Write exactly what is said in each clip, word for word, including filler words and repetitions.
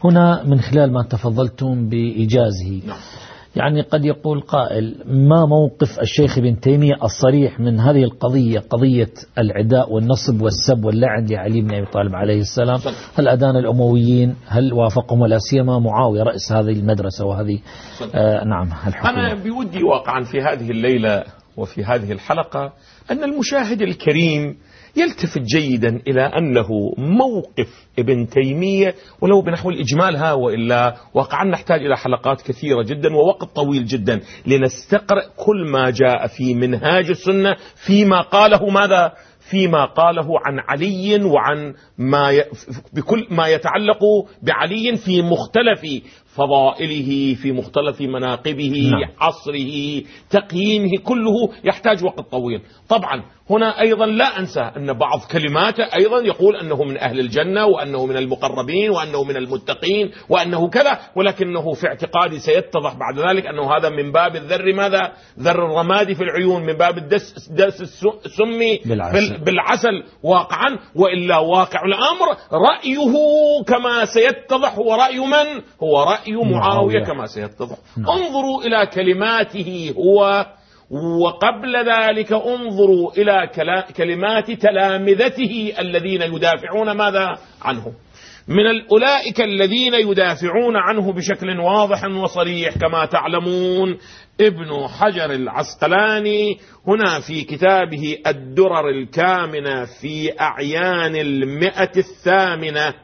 هنا من خلال ما تفضلتم بإيجازه نعم. يعني قد يقول قائل: ما موقف الشيخ ابن تيمية الصريح من هذه القضية، قضية العداء والنصب والسب واللعن لعلي بن أبي طالب عليه السلام؟ هل أدان الأمويين؟ هل وافقهم؟ ولا سيما معاوية رئيس هذه المدرسة وهذه آه نعم الحكومة. أنا بودي واقعا في هذه الليلة وفي هذه الحلقة أن المشاهد الكريم يلتفت جيدا إلى أنه موقف ابن تيمية ولو بنحو الإجمال ها، وإلا واقعا نحتاج إلى حلقات كثيرة جدا ووقت طويل جدا لنستقرأ كل ما جاء في منهاج السنة فيما قاله ماذا؟ فيما قاله عن علي وعن ما ي... بكل ما يتعلق بعلي في مختلف فضائله، في مختلف مناقبه، نعم. عصره، تقييمه، كله يحتاج وقت طويل. طبعا هنا أيضا لا أنسى أن بعض كلماته أيضا يقول أنه من أهل الجنة وأنه من المقربين وأنه من المتقين وأنه كذا، ولكنه في اعتقادي سيتضح بعد ذلك أنه هذا من باب الذر ماذا؟ ذر الرماد في العيون، من باب الدس دس السمي بالعسل. بالعسل واقعا، وإلا واقع الأمر رأيه كما سيتضح هو رأي من؟ هو رأي معاوية, معاوية كما سيتضح. نعم. انظروا إلى كلماته هو، وقبل ذلك انظروا إلى كلمات تلامذته الذين يدافعون ماذا عنه. من أولئك الذين يدافعون عنه بشكل واضح وصريح كما تعلمون ابن حجر العسقلاني هنا في كتابه الدرر الكامنة في أعيان المئة الثامنة،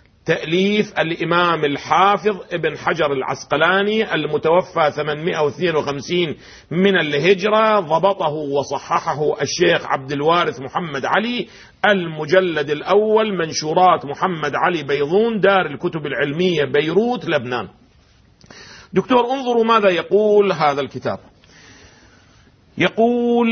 تأليف الإمام الحافظ ابن حجر العسقلاني المتوفى ثمانمائة واثنين وخمسين من الهجرة، ضبطه وصححه الشيخ عبد الوارث محمد علي، المجلد الأول، منشورات محمد علي بيضون، دار الكتب العلمية، بيروت، لبنان. دكتور انظروا ماذا يقول هذا الكتاب. يقول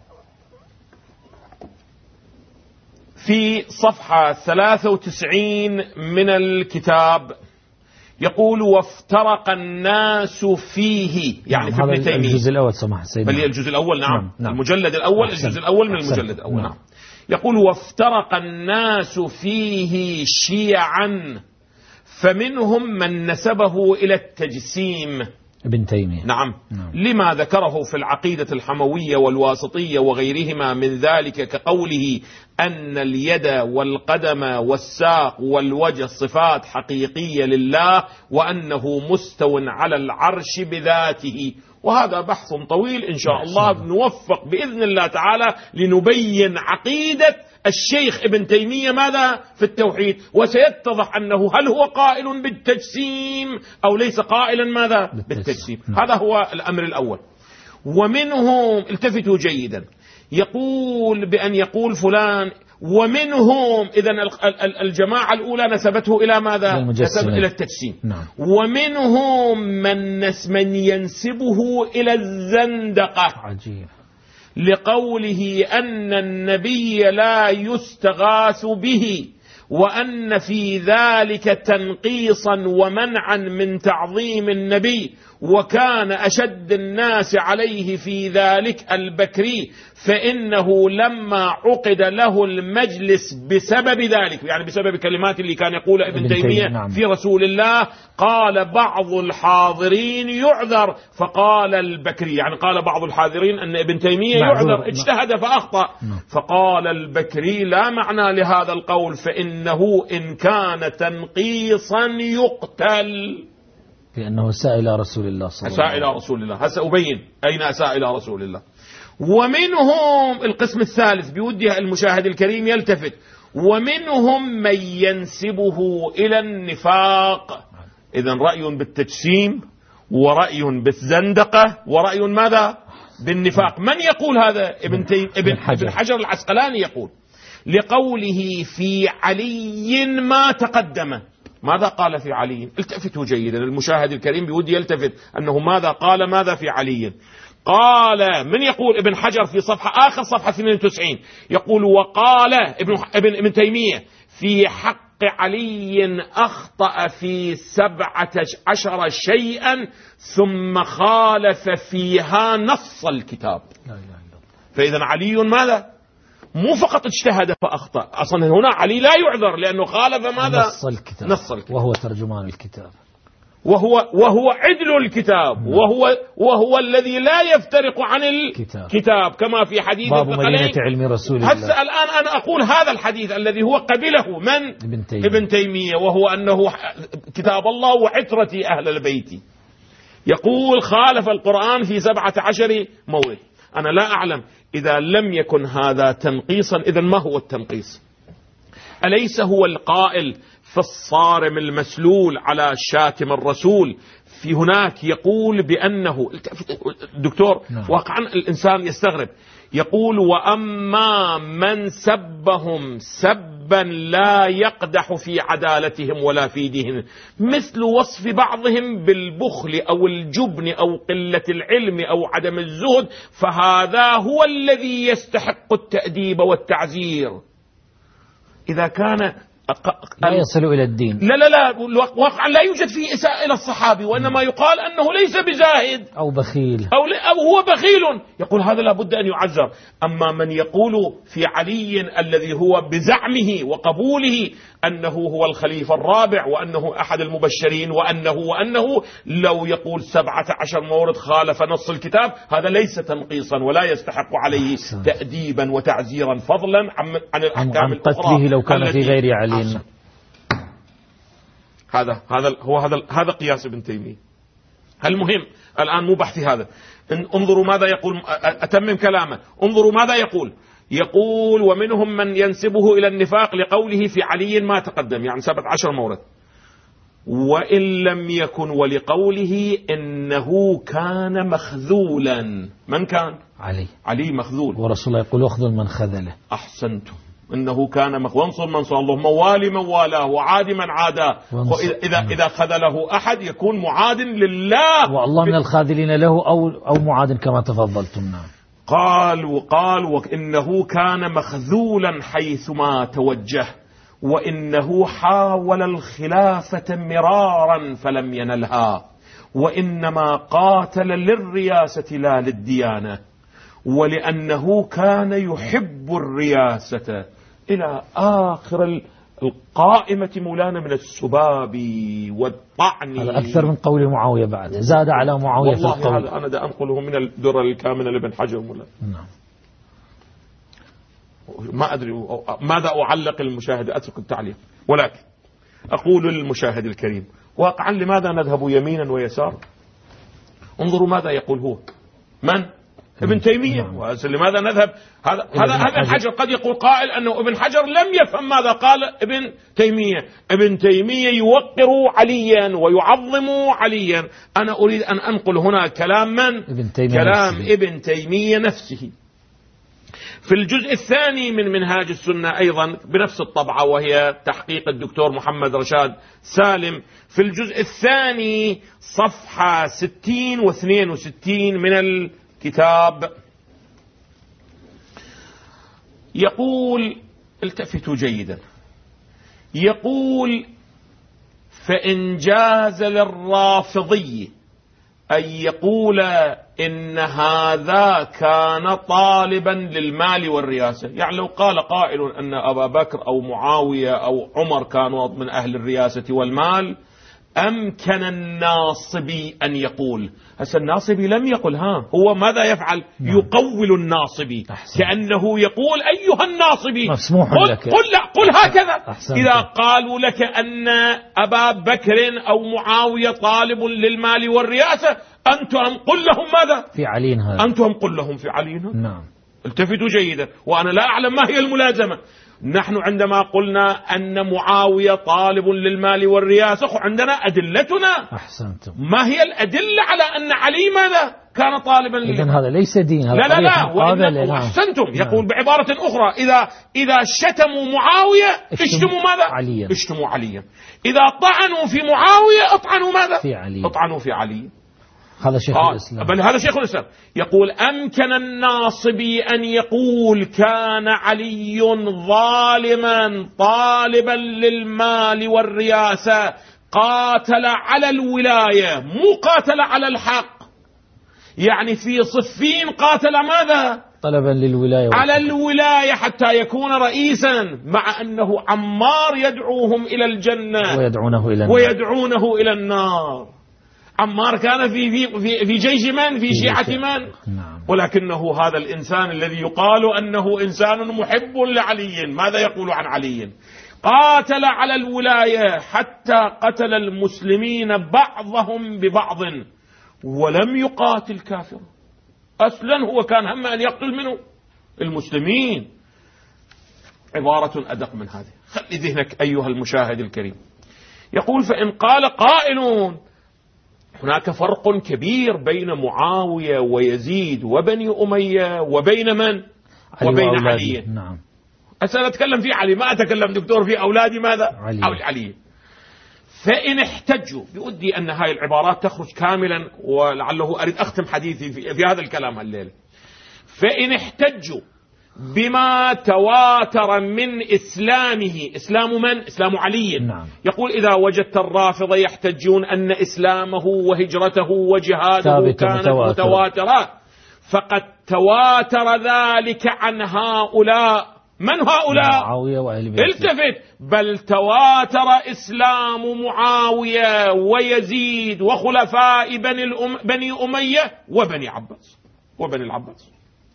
في صفحة ثلاثة وتسعين من الكتاب، يقول: وافترق الناس فيه، يعني نعم. في ابن تيمية. الجزء الأول سمح سيدنا. بل الجزء الأول نعم. نعم. نعم. المجلد الأول، أحسن. الجزء الأول من أحسن. المجلد الأول. نعم. نعم. يقول: وافترق الناس فيه شيعا فمنهم من نسبه إلى التجسيم. ابن تيمية. نعم. نعم. لما ذكره في العقيدة الحموية والواسطية وغيرهما من ذلك، كقوله أن اليد والقدم والساق والوجه صفات حقيقية لله وأنه مستو على العرش بذاته. وهذا بحث طويل إن شاء الله نوفق بإذن الله تعالى لنبين عقيدة الشيخ ابن تيمية ماذا في التوحيد، وسيتضح أنه هل هو قائل بالتجسيم أو ليس قائلا ماذا بالتجسيم. هذا هو الأمر الأول. ومنهم، التفتوا جيدا، يقول بأن يقول فلان، ومنهم إذن الجماعة الأولى نسبته إلى ماذا؟ نسب إلى التجسيم. نعم. ومنهم من, من ينسبه إلى الزندقة. عجيب. لقوله أن النبي لا يستغاث به، وأن في ذلك تنقيصا ومنعا من تعظيم النبي، وكان أشد الناس عليه في ذلك البكري، فإنه لما عقد له المجلس بسبب ذلك، يعني بسبب كلمات اللي كان يقول ابن تيمية نعم. في رسول الله، قال بعض الحاضرين يعذر، فقال البكري، يعني قال بعض الحاضرين أن ابن تيمية يعذر، اجتهد فأخطأ، فقال البكري لا معنى لهذا القول، فإنه إن كان تنقيصا يقتل، لأنه أساء إلى رسول الله صلى الله عليه وسلم. أساء إلى رسول الله. هسه أبين أين أساء إلى رسول الله. ومنهم القسم الثالث، بودي المشاهد الكريم يلتفت، ومنهم من ينسبه إلى النفاق. إذن رأي بالتجسيم، ورأي بالزندقة، ورأي ماذا؟ بالنفاق. من يقول هذا؟ ابن, تيم ابن, ابن حجر العسقلاني يقول، لقوله في علي ما تقدم. ماذا قال في علي؟ التفتوا جيدا، المشاهد الكريم بودي يلتفت أنه ماذا قال ماذا في علي. قال، من يقول؟ ابن حجر في صفحة آخر صفحة اثنين وتسعين يقول: وقال ابن, ابن, ابن تيمية في حق علي أخطأ في سبعة عشر شيئا ثم خالف فيها نص الكتاب. فإذا علي ماذا؟ مو فقط اجتهد فأخطأ، أصلا هنا علي لا يعذر لأنه خالف ماذا؟ نص الكتاب. نص الكتاب، وهو ترجمان الكتاب، وهو وهو عدل الكتاب، وهو وهو الذي لا يفترق عن الكتاب, الكتاب كما في حديث باب مدينة علم رسول الله. هسه الآن أنا أقول هذا الحديث الذي هو قبله من؟ ابن تيمية. ابن تيمية، وهو أنه كتاب الله وعترة أهل البيت. يقول خالف القرآن في سبعة عشر مورد. أنا لا أعلم إذا لم يكن هذا تنقيصا إذا ما هو التنقيص؟ أليس هو القائل في الصارم المسلول على شاتم الرسول في هناك يقول بأنه دكتور واقعا الإنسان يستغرب، يقول وأما من سبهم سبا لا يقدح في عدالتهم ولا في دينهم، مثل وصف بعضهم بالبخل أو الجبن أو قلة العلم أو عدم الزهد، فهذا هو الذي يستحق التأديب والتعزير. إذا كان لا يصل إلى الدين، لا لا لا واقعا لا يوجد فيه إساءة إلى الصحابي، وإنما يقال أنه ليس بزاهد أو بخيل أو, أو هو بخيل، يقول هذا لابد أن يعذر. أما من يقول في علي الذي هو بزعمه وقبوله أنه هو الخليفة الرابع وأنه أحد المبشرين وأنه وأنه لو يقول سبعة عشر مورد خالف نص الكتاب، هذا ليس تنقيصا ولا يستحق عليه تأديبا وتعزيرا فضلا عن, عن الأحكام الأخرى قتله لو كان في غير علي. هذا هذا هو هذا هذا قياس ابن تيمية. المهم الآن مو بحثي هذا، انظروا ماذا يقول، أتمم كلامه، انظروا ماذا يقول. يقول ومنهم من ينسبه إلى النفاق لقوله في علي ما تقدم، يعني سبعة عشر مورد، وإن لم يكن ولقوله إنه كان مخذولا. من كان؟ علي. علي مخذول، ورسول الله يقول اخذل من خذله. أحسنتم، إنه كان مخ وانصر من صار الله، موالي من والاه وعادي من عاداه. إذا إذا خذله أحد يكون معاد لله، والله من الخاذلين له أو أو معاد كما تفضلتم. نعم. قال وقال وإنه كان مخذولا حيثما توجه، وإنه حاول الخلافة مرارا فلم ينلها، وإنما قاتل للرياسة لا للديانة، ولأنه كان يحب الرياسة إلى آخر القائمة مولانا من السباب والطعن. هذا أكثر من قول معاوية بعد، زاد على معاوية في القول. والله هذا أنا دا أنقله من الدرر الكامنة لابن حجر مولانا. نعم. ما أدري ماذا أعلق المشاهد، أترك التعليق، ولكن أقول للمشاهد الكريم واقعا لماذا نذهب يمينا ويسار؟ انظروا ماذا يقول هو من؟ ابن تيمية. لماذا نذهب؟ هذا هذا ابن حجر قد يقول قائل أنه ابن حجر لم يفهم ماذا قال ابن تيمية. ابن تيمية يوقر عليا ويعظم عليا. أنا أريد أن أنقل هنا كلام من؟ ابن تيمية كلام نفسه. ابن تيمية نفسه في الجزء الثاني من منهاج السنة أيضا بنفس الطبعة، وهي تحقيق الدكتور محمد رشاد سالم، في الجزء الثاني صفحة ستين واثنين وستين من الكتاب يقول، التفتوا جيدا، يقول فإن جاز للرافضي أن يقول إن هذا كان طالبا للمال والرياسة، يعني لو قال قائل أن أبا بكر أو معاوية أو عمر كانوا من أهل الرياسة والمال، أمكن الناصبي أن يقول. هسه الناصبي لم يقل، ها هو ماذا يفعل؟ نعم. يقول الناصبي أحسن. كأنه يقول أيها الناصبي قل, قل, قل هكذا. أحسن. إذا قالوا لك أن أبا بكر أو معاوية طالب للمال والرياسة، أنتم قل لهم ماذا؟ في علين هذا. أنتم قل لهم في علين. نعم. التفتوا جيدا، وأنا لا أعلم ما هي الملازمة. نحن عندما قلنا أن معاوية طالب للمال والرياسة عندنا أدلتنا. أحسنتم. ما هي الأدلة على أن علي ماذا كان طالبا؟ إذن هذا ليس دين، هذا لا لا لا. أحسنتم. يقول بعبارة أخرى، إذا إذا شتموا معاوية اشتموا ماذا؟ عليا. اشتموا عليا. إذا طعنوا في معاوية اطعنوا ماذا؟ في علي. اطعنوا في علي. هذا شيخ آه. الإسلام. بل هذا شيخ الإسلام يقول أمكن الناصبي أن يقول كان علي ظالما طالبا للمال والرياسة، قاتل على الولاية مو قاتل على الحق. يعني في صفين قاتل ماذا؟ طلبا للولاية على الولاية حتى يكون رئيسا، مع أنه عمار يدعوهم إلى الجنة ويدعونه إلى النار, ويدعونه إلى النار. عمار كان في في في, في جيش من؟ في شيعة من؟ نعم. ولكنه هذا الإنسان الذي يقال أنه إنسان محب لعلي، ماذا يقول عن علي؟ قاتل على الولاية حتى قتل المسلمين بعضهم ببعض ولم يقاتل كافر. أصلا هو كان هم أن يقتل منه المسلمين. عبارة أدق من هذه، خلي ذهنك أيها المشاهد الكريم. يقول: فإن قال قائل هناك فرق كبير بين معاوية ويزيد وبني أمية وبين من؟ علي وبين علي. نعم. أنا أتكلم في علي، ما أتكلم دكتور في أولادي ماذا؟ علي. أو علي. فإن احتجوا، بودي أن هاي العبارات تخرج كاملا، ولعله أريد أختم حديثي في, في هذا الكلام الليلة. فإن احتجوا بما تواتر من إسلامه، إسلام من؟ إسلام علي. نعم. يقول: إذا وجدت الرافضة يحتجون أن إسلامه وهجرته وجهاده كانت متواترة، فقد تواتر ذلك عن هؤلاء. من هؤلاء؟ معاوية وأهل بيته. التفت: بل تواتر إسلام معاوية ويزيد وخلفاء بني, الأم بني أمية وبني عباس وبني العباس.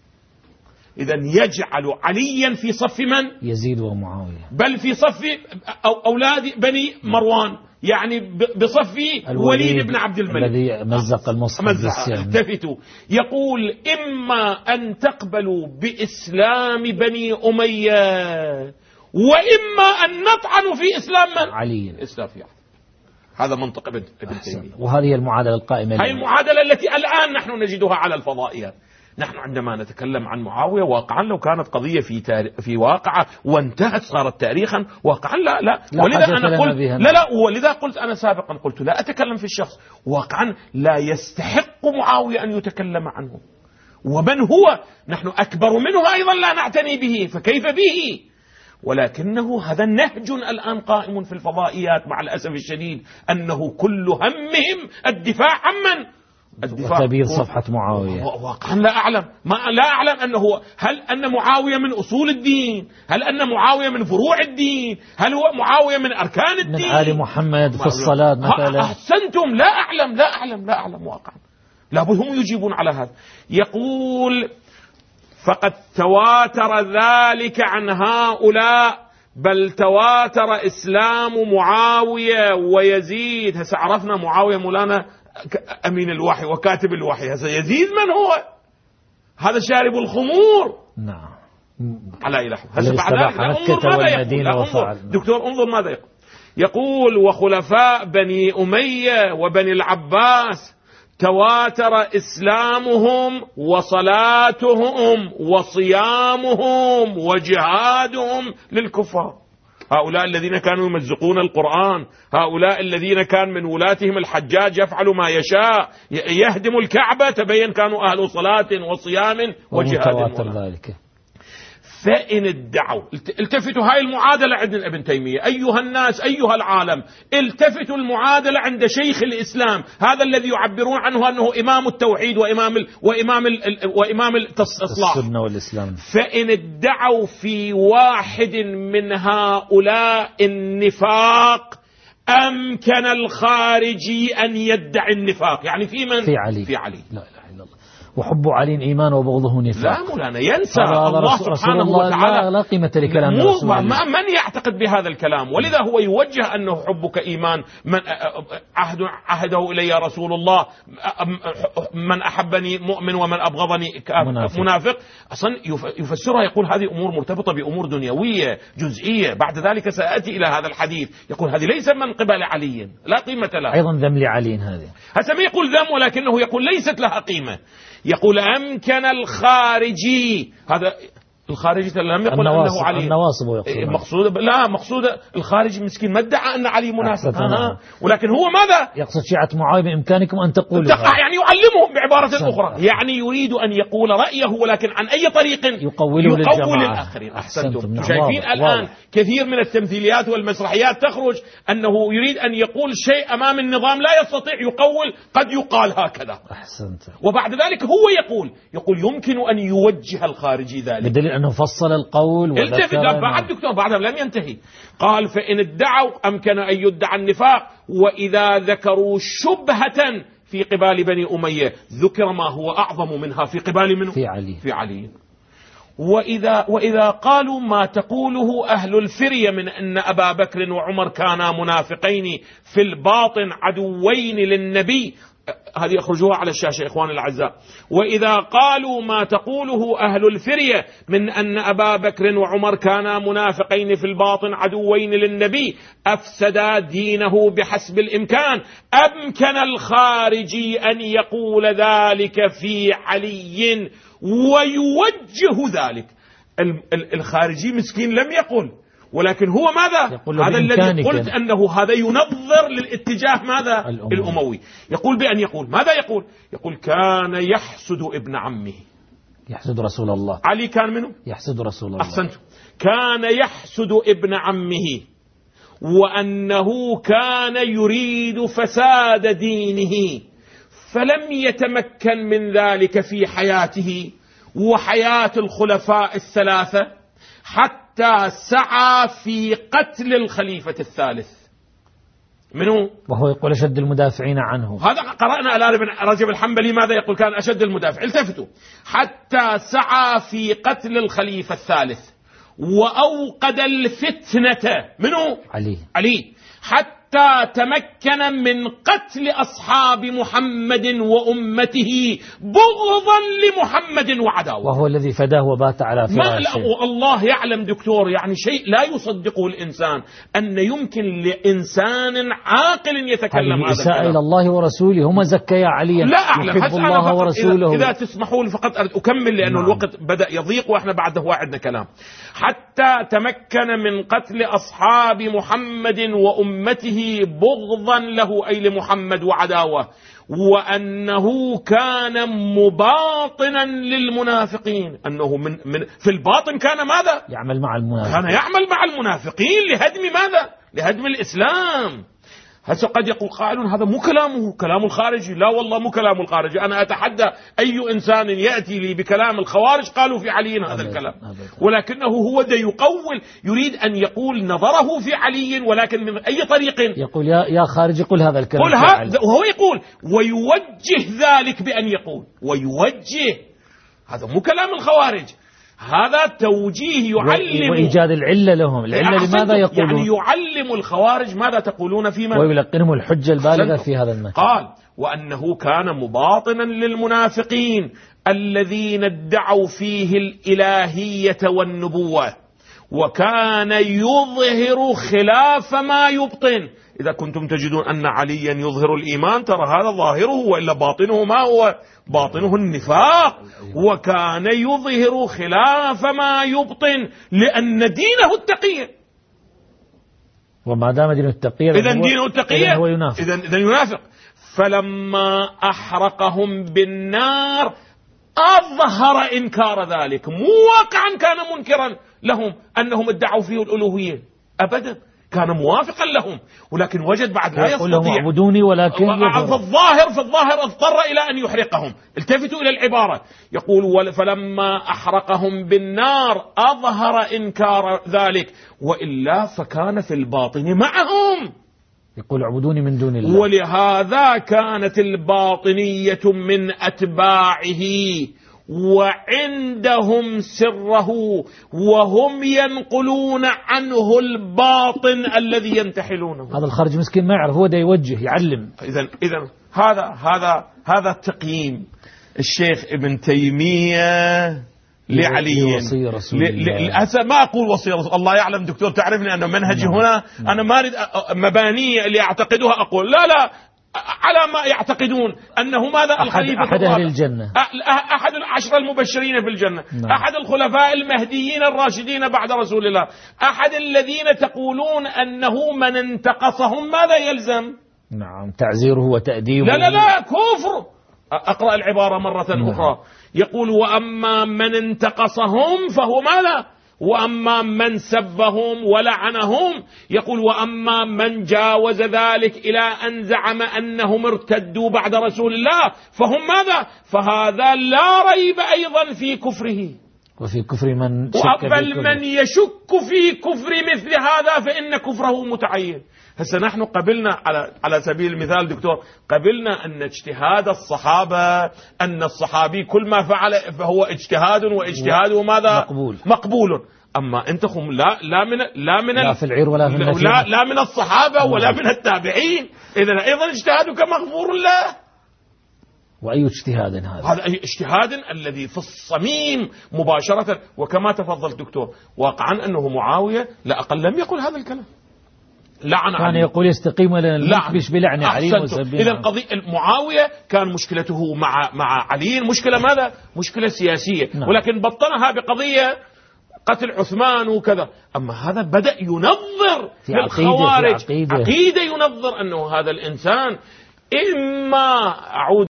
إذن يجعل عليا في صف من؟ يزيد ومعاوية، بل في صف أولاد بني مروان، يعني بصف وليد بن عبد الملك الذي مزق المصحف بالسيف. التفتوا، يقول: إما أن تقبلوا بإسلام بني أمية، وإما أن نطعن في إسلام من؟ علي. إسلام في هذا منطق ابن تيمية. وهذه المعادلة القائمة. هذه المعادلة التي الآن نحن نجدها على الفضائيات. نحن عندما نتكلم عن معاوية واقعا، لو كانت قضية في تار... في واقعة وانتهت صارت تاريخا، واقعا لا لا, لا ولذا أنا قلت لا لا ولذا قلت أنا سابقا قلت لا أتكلم في الشخص، واقعا لا يستحق معاوية أن يتكلم عنه. ومن هو؟ نحن أكبر منه أيضا لا نعتني به، فكيف به؟ ولكنه هذا نهج الآن قائم في الفضائيات مع الأسف الشديد، أنه كل همهم الدفاع عن من؟ وتبييض صفحة معاوية. واقعا لا أعلم، ما لا أعلم أنه هل أن معاوية من أصول الدين؟ هل أن معاوية من فروع الدين؟ هل هو معاوية من أركان الدين؟ من آل محمد في الصلاة مثلا؟ أحسنتم، لا أعلم لا أعلم لا أعلم واقعا، لابد هم يجيبون على هذا. يقول: فقد تواتر ذلك عن هؤلاء، بل تواتر إسلام معاوية ويزيد. هسه عرفنا معاوية مولانا أمين الوحي وكاتب الوحي، هذا يزيد من هو؟ هذا شارب الخمور. نعم. على إله. هسه بعد ذلك انظر ماذا يقول. انظر دكتور، انظر ماذا يقول. يقول: وخلفاء بني أمية وبني العباس تواتر إسلامهم وصلاتهم وصيامهم وجهادهم للكفار. هؤلاء الذين كانوا يمزقون القرآن، هؤلاء الذين كان من ولاتهم الحجاج يفعل ما يشاء، يهدم الكعبة، تبين كانوا أهل صلاة وصيام وجهاد. ذلك. فإن ادعوا، التفتوا هاي المعادلة عند ابن تيمية. أيها الناس، أيها العالم، التفتوا المعادلة عند شيخ الإسلام، هذا الذي يعبرون عنه أنه إمام التوحيد وإمام ال وإمام ال وإمام الإصلاح، السنة والإسلام. فإن ادعوا في واحد من هؤلاء النفاق، أمكن الخارجي أن يدعي النفاق. يعني في من؟ في علي. في علي. لا إله إلا الله. وحب علي إيمان وبغضه نفاق. لا مولانا، ينسى الله سبحانه وتعالى. لا, لا قيمة لكلام رسول الله. من يعتقد بهذا الكلام؟ ولذا هو يوجه أنه حبك إيمان، من عهد عهده إلي رسول الله، من أحبني مؤمن ومن أبغضني منافق, منافق. أصلا يفسرها، يقول هذه أمور مرتبطة بأمور دنيوية جزئية، بعد ذلك سأتي إلى هذا الحديث. يقول هذه ليس من قبل علي، لا قيمة لها. أيضا ذم لعلي هذه، هذا ما يقول ذم، ولكنه يقول ليست لها قيمة. يقول أمكن الخارجي، هذا الخارجي لم يقل أنه علي. النواصب مقصود لا مقصود الخارجي مسكين ما ادعى أن علي مناسب، ولكن هو ماذا يقصد شيعة معاوية بإمكانكم أن تقولوا، يعني يعلمهم بعبارة أخرى، يعني يريد أن يقول رأيه ولكن عن أي طريق يقول للآخرين. أحسنتم. شايفين الآن كثير من التمثيليات والمسرحيات تخرج أنه يريد أن يقول شيء أمام النظام لا يستطيع يقول، قد يقال هكذا. أحسنت. وبعد ذلك هو يقول يقول يمكن أن يوجه الخارجي ذلك، بدليل أنه فصل القول وذكر. بعد دكتور بعد لم ينتهي، قال فإن ادعوا أمكن أن يدعى النفاق، وإذا ذكروا شبهة في قبال بني أمية ذكر ما هو أعظم منها في قبال منه في علي, في علي. وإذا, وإذا قالوا ما تقوله أهل الفرية من أن أبا بكر وعمر كانا منافقين في الباطن عدوين للنبي، هذه أخرجوها على الشاشة إخواني الأعزاء. وإذا قالوا ما تقوله أهل الفرية من أن أبا بكر وعمر كانا منافقين في الباطن عدوين للنبي أفسدا دينه بحسب الإمكان، أمكن الخارجي أن يقول ذلك في علي ويوجه ذلك. الخارجي مسكين لم يقل، ولكن هو ماذا؟ هذا الذي قلت أنه هذا ينظر للاتجاه ماذا؟ الأموي. الأموي. يقول بأن يقول ماذا يقول؟ يقول كان يحسد ابن عمه. يحسد رسول الله. علي كان منه؟ يحسد رسول الله. أحسنت. كان يحسد ابن عمه، وأنه كان يريد فساد دينه، فلم يتمكن من ذلك في حياته وحياة الخلفاء الثلاثة حتى سعى في قتل الخليفة الثالث منه، وهو يقول أشد المدافعين عنه. هذا قرأنا على ابن رجب الحنبلي ماذا يقول؟ كان أشد المدافع. التفتوا، حتى سعى في قتل الخليفة الثالث وأوقد الفتنة منه علي علي حتى تمكن من قتل أصحاب محمد وأمته بغضا لمحمد وعداوة، وهو الذي فداه وبات على فراشه. الله يعلم دكتور، يعني شيء لا يصدقه الإنسان أن يمكن لإنسان عاقل يتكلم هذا الكلام. إلى الله ورسوله، هم زكيا عليا لا أعلم، يحب الله ورسوله. إذا, إذا تسمحوا لي فقط أكمل لأنه نعم. الوقت بدأ يضيق وإحنا بعده وعدنا كلام. حتى تمكن من قتل أصحاب محمد وأمته بغضا له أي لمحمد وعداوة، وأنه كان مباطنا للمنافقين، أنه من, من في الباطن كان ماذا؟ يعمل مع المنافقين، كان يعمل مع المنافقين لهدم ماذا؟ لهدم الإسلام. هسه قد يقول قائل هذا مو كلامه، كلام الخارجي. لا والله مو كلام الخارجي، أنا أتحدى أي إنسان يأتي لي بكلام الخوارج قالوا في علي هذا الكلام، ولكنه هو ده يقول، يريد أن يقول نظره في علي، ولكن من أي طريق؟ يقول يا يا خارجي قل هذا الكلام، قل هذا، وهو يقول ويوجه ذلك بأن يقول ويوجه. هذا مو كلام الخوارج، هذا توجيه يعلم وإيجاد العلة لهم. العلة لماذا يقولون؟ يعني يعلم الخوارج ماذا تقولون فيما، ويلقنهم الحجة البالغة في هذا المكان. قال وأنه كان مباطنا للمنافقين الذين ادعوا فيه الإلهية والنبوة، وكان يظهر خلاف ما يبطن. إذا كنتم تجدون أن عليا يظهر الإيمان ترى هذا ظاهره، وإلا باطنه ما هو؟ باطنه النفاق. وكان يظهر خلاف ما يبطن لأن دينه التقية، وما دام دينه التقية إذن دينه التقية هو ينافق. إذن ينافق. فلما أحرقهم بالنار أظهر إنكار ذلك، مو واقعا كان منكرا لهم أنهم ادعوا فيه الألوهية، أبدا كان موافقا لهم، ولكن وجد بعد لا يستطيع. لهم اعبدوني ولكن في الظاهر في الظاهر اضطر إلى أن يحرقهم. التفتوا إلى العبارة، يقول فلما أحرقهم بالنار أظهر إنكار ذلك، وإلا فكان في الباطن معهم، يقول اعبدوني من دون الله. ولهذا كانت الباطنية من أتباعه وعندهم سره، وهم ينقلون عنه الباطن الذي ينتحلونه. هذا الخارج مسكين ما يعرف، هو ده يوجه يعلم. إذن إذن هذا هذا هذا التقييم الشيخ ابن تيمية لعلي، وصي رسول الله. ما أقول وصي رسول الله، يعلم دكتور تعرفني أن منهجي هنا أنا ما أريد مبانية اللي أعتقدها أقول لا لا، على ما يعتقدون أنه ماذا الخليفة أحد أهل الجنة، أحد العشرة المبشرين في الجنة، نعم. أحد الخلفاء المهديين الراشدين بعد رسول الله، أحد الذين تقولون أنه من انتقصهم ماذا يلزم؟ نعم، تعزيره وتأديبه. لا لا لا، كفر. أقرأ العبارة مرة نعم. أخرى، يقول وأما من انتقصهم فهو ماذا؟ وأما من سبهم ولعنهم، يقول وأما من جاوز ذلك إلى أن زعم أنهم ارتدوا بعد رسول الله فهم ماذا؟ فهذا لا ريب أيضا في كفره وفي كفر من شك، بل من يشك في كفر مثل هذا فإن كفره متعين. هسه نحن قبلنا على على سبيل المثال دكتور، قبلنا أن اجتهاد الصحابة، أن الصحابي كل ما فعل فهو اجتهاد، واجتهاده ماذا؟ مقبول مقبول. أما أنتم لا لا من لا من لا في العير ولا في النفي، لا, لا من الصحابة ولا من التابعين، إذن أيضا اجتهادك مغفور له. وأي اجتهاد هذا؟ هذا أي اجتهاد الذي في الصميم مباشرة. وكما تفضل دكتور، واقعا أنه معاوية لا أقل لم يقل هذا الكلام، لعن كان يقول يستقيم لنا مش بلعن علي. إذا القضية معاوية كان مشكلته مع مع علي مشكلة ماذا؟ مشكلة سياسية، نعم. ولكن بطنها بقضية قتل عثمان وكذا. أما هذا بدأ ينظر في الخوارج عقيدة. عقيدة ينظر أنه هذا الإنسان إما أعود